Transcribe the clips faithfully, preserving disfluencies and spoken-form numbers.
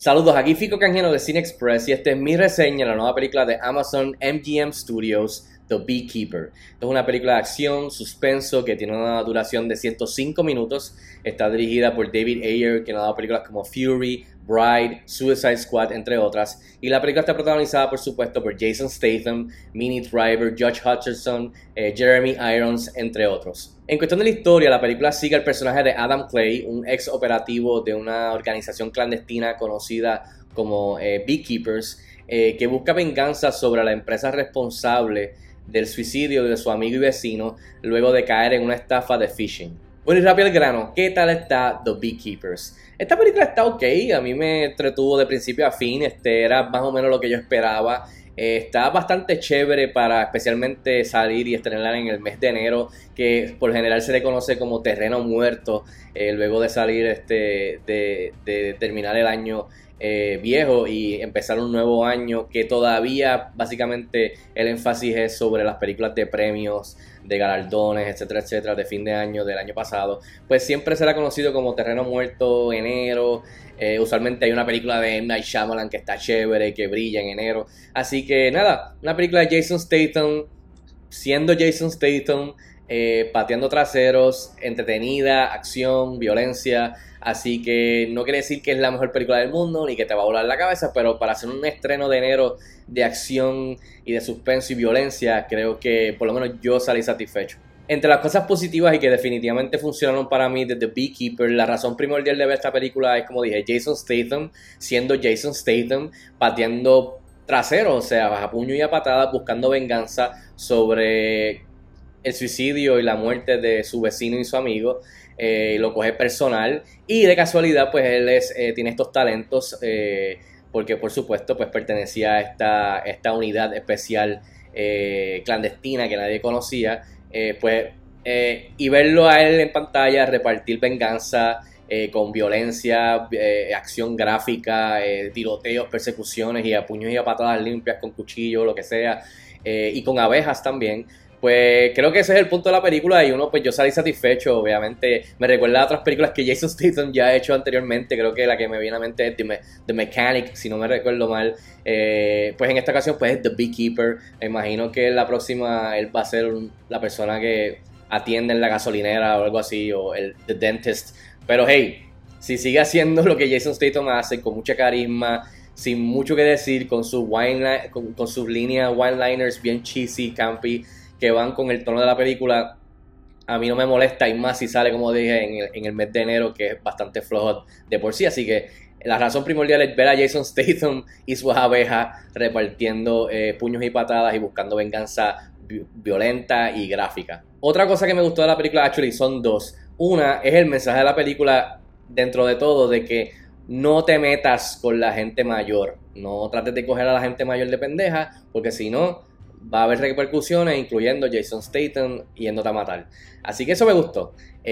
Saludos, aquí Fico Canjeno de Cine Express y esta es mi reseña de la nueva película de Amazon M G M Studios, The Beekeeper. Esta es una película de acción, suspenso, que tiene una duración de ciento cinco minutos. Está dirigida por David Ayer, que ha dado películas como Fury, Bride, Suicide Squad, entre otras. Y la película está protagonizada, por supuesto, por Jason Statham, Minnie Driver, Judge Hutcherson, eh, Jeremy Irons, entre otros. En cuestión de la historia, la película sigue al personaje de Adam Clay, un ex operativo de una organización clandestina conocida como eh, Beekeepers, eh, que busca venganza sobre la empresa responsable del suicidio de su amigo y vecino luego de caer en una estafa de phishing. Bueno, y rápido al grano, ¿qué tal está The Beekeepers? Esta película está ok, a mí me entretuvo de principio a fin, este era más o menos lo que yo esperaba. Eh, está bastante chévere para especialmente salir y estrenarla en el mes de enero, que por general se le conoce como terreno muerto, eh, luego de salir este, de, de terminar el año eh, viejo y empezar un nuevo año, que todavía básicamente el énfasis es sobre las películas de premios, de galardones, etcétera, etcétera, de fin de año del año pasado. Pues siempre será conocido como terreno muerto, enero. Eh, usualmente hay una película de M. Night Shyamalan que está chévere, que brilla en enero. Así que nada, una película de Jason Statham, siendo Jason Statham, eh, pateando traseros, entretenida, acción, violencia. Así que no quiere decir que es la mejor película del mundo ni que te va a volar la cabeza, pero para hacer un estreno de enero de acción y de suspenso y violencia, creo que por lo menos yo salí satisfecho. Entre las cosas positivas y que definitivamente funcionaron para mí de The Beekeeper, la razón primordial de ver esta película es, como dije, Jason Statham, siendo Jason Statham, pateando traseros, o sea, a puño y a patada, buscando venganza sobre el suicidio y la muerte de su vecino y su amigo. Eh, lo coge personal y de casualidad pues él es, eh, tiene estos talentos eh, porque por supuesto pues pertenecía a esta, esta unidad especial eh, clandestina que nadie conocía. Eh, pues, eh, y verlo a él en pantalla repartir venganza eh, con violencia, eh, acción gráfica, eh, tiroteos, persecuciones y a puños y a patadas limpias con cuchillo, lo que sea, eh, y con abejas también. Pues creo que ese es el punto de la película y uno, pues yo salí satisfecho. Obviamente me recuerda a otras películas que Jason Statham ya ha hecho anteriormente. Creo que la que me viene a la mente es The, Me The Mechanic, si no me recuerdo mal. Eh, pues en esta ocasión pues es The Beekeeper. Me imagino que la próxima él va a ser un, la persona que atiende en la gasolinera o algo así, o el The Dentist. Pero hey, si sigue haciendo lo que Jason Statham hace, con mucha carisma, sin mucho que decir, con, su wine, con, con sus líneas one-liners bien cheesy, campy, que van con el tono de la película, a mí no me molesta, y más si sale, como dije, en el, en el mes de enero, que es bastante flojo de por sí. Así que la razón primordial es ver a Jason Statham y sus abejas repartiendo eh, puños y patadas y buscando venganza vi violenta y gráfica. Otra cosa que me gustó de la película, actually, son dos. Una es el mensaje de la película, dentro de todo, de que no te metas con la gente mayor. No trates de coger a la gente mayor de pendeja, porque si no va a haber repercusiones, incluyendo Jason Statham yéndote a matar. Así que eso me gustó.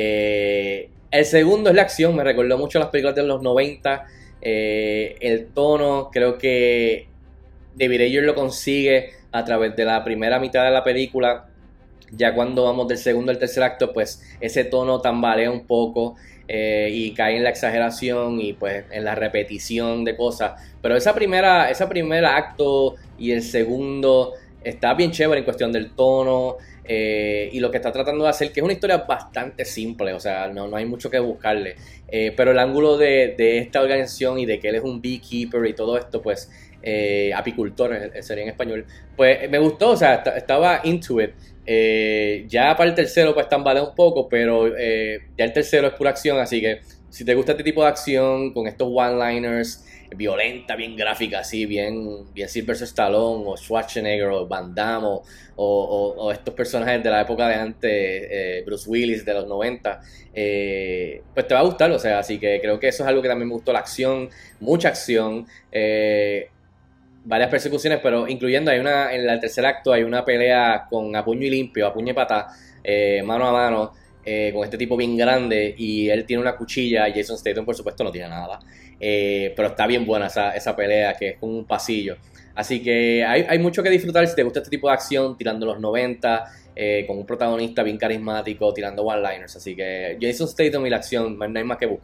Eh, el segundo es la acción. Me recordó mucho a las películas de los noventa. Eh, el tono, creo que David Ayer lo consigue a través de la primera mitad de la película. Ya cuando vamos del segundo al tercer acto, pues ese tono tambalea un poco eh, y cae en la exageración y pues en la repetición de cosas. Pero esa primera, ese primer acto y el segundo está bien chévere en cuestión del tono eh, y lo que está tratando de hacer, que es una historia bastante simple, o sea, no, no hay mucho que buscarle. Eh, pero el ángulo de, de esta organización y de que él es un beekeeper y todo esto, pues, eh, apicultor sería en español, pues me gustó, o sea, estaba into it. Eh, ya para el tercero, pues tambalea un poco, pero eh, ya el tercero es pura acción, así que si te gusta este tipo de acción con estos one-liners, violenta, bien gráfica, así, bien, bien Sylvester Stallone o Schwarzenegger o Van Damme o, o, o estos personajes de la época de antes, eh, Bruce Willis de los noventa, eh, pues te va a gustar, o sea, así que creo que eso es algo que también me gustó, la acción, mucha acción, eh, varias persecuciones, pero incluyendo hay una, en el tercer acto hay una pelea con a puño y limpio, a puño y patá, eh, mano a mano, Eh, con este tipo bien grande, y él tiene una cuchilla y Jason Statham por supuesto no tiene nada, eh, pero está bien buena esa, esa pelea, que es como un pasillo. Así que hay, hay mucho que disfrutar si te gusta este tipo de acción tirando los noventa, eh, con un protagonista bien carismático tirando one-liners. Así que Jason Statham y la acción, no hay más que buscar aquí.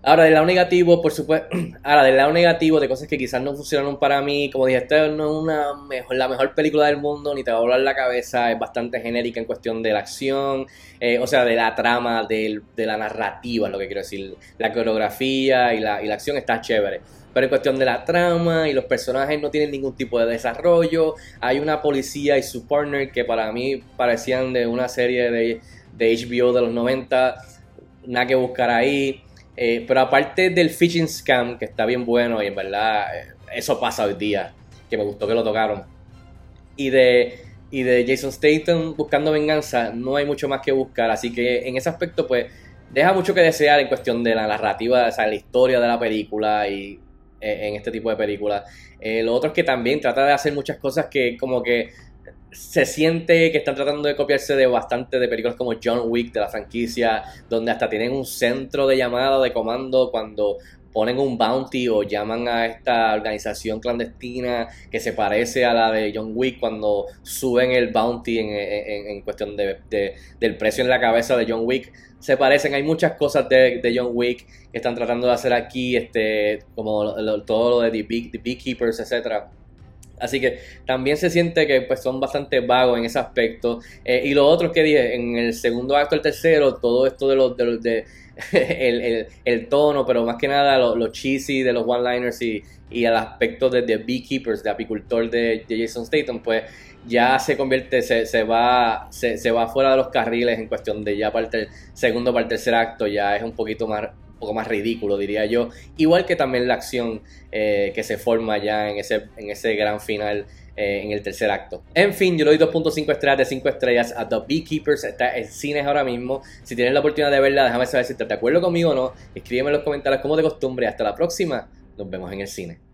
Ahora, del lado negativo, por supuesto, ahora del lado negativo de cosas que quizás no funcionaron para mí, como dije, esta no es una mejor, la mejor película del mundo, ni te va a volar la cabeza, es bastante genérica en cuestión de la acción, eh, o sea, de la trama, del- de la narrativa, es lo que quiero decir, la coreografía y la, y la acción está chévere. Pero en cuestión de la trama y los personajes no tienen ningún tipo de desarrollo. Hay una policía y su partner que para mí parecían de una serie de, de H B O de los noventa, nada que buscar ahí. Eh, pero aparte del phishing scam, que está bien bueno y en verdad eh, eso pasa hoy día, que me gustó que lo tocaron, y de, y de Jason Statham buscando venganza, no hay mucho más que buscar. Así que en ese aspecto, pues, deja mucho que desear en cuestión de la narrativa, o sea, la historia de la película y eh, en este tipo de películas. Eh, lo otro es que también trata de hacer muchas cosas que como que se siente que están tratando de copiarse de bastante de películas como John Wick de la franquicia, donde hasta tienen un centro de llamada de comando cuando ponen un bounty o llaman a esta organización clandestina que se parece a la de John Wick cuando suben el bounty en, en- en cuestión de, de- del precio en la cabeza de John Wick. Se parecen, hay muchas cosas de, de John Wick que están tratando de hacer aquí, este, como lo- lo- todo lo de The, Bee- The Beekeepers, etcétera. Así que también se siente que pues son bastante vagos en ese aspecto. Eh, y lo otro que dije, en el segundo acto, el tercero, todo esto de los de, los- de el, el, el tono, pero más que nada lo, lo cheesy de los one-liners y, y el aspecto de, de Beekeepers, de apicultor de, de Jason Statham, pues ya se convierte, se, se va se, se va fuera de los carriles en cuestión de ya para el ter- segundo, para el tercer acto, ya es un poquito más un poco más ridículo, diría yo. Igual que también la acción eh, que se forma ya en ese, en ese gran final eh, en el tercer acto. En fin, yo le doy dos punto cinco estrellas de cinco estrellas a The Beekeepers. Está en cines ahora mismo. Si tienes la oportunidad de verla, déjame saber si estás de acuerdo conmigo o no. Escríbeme en los comentarios como de costumbre. Hasta la próxima. Nos vemos en el cine.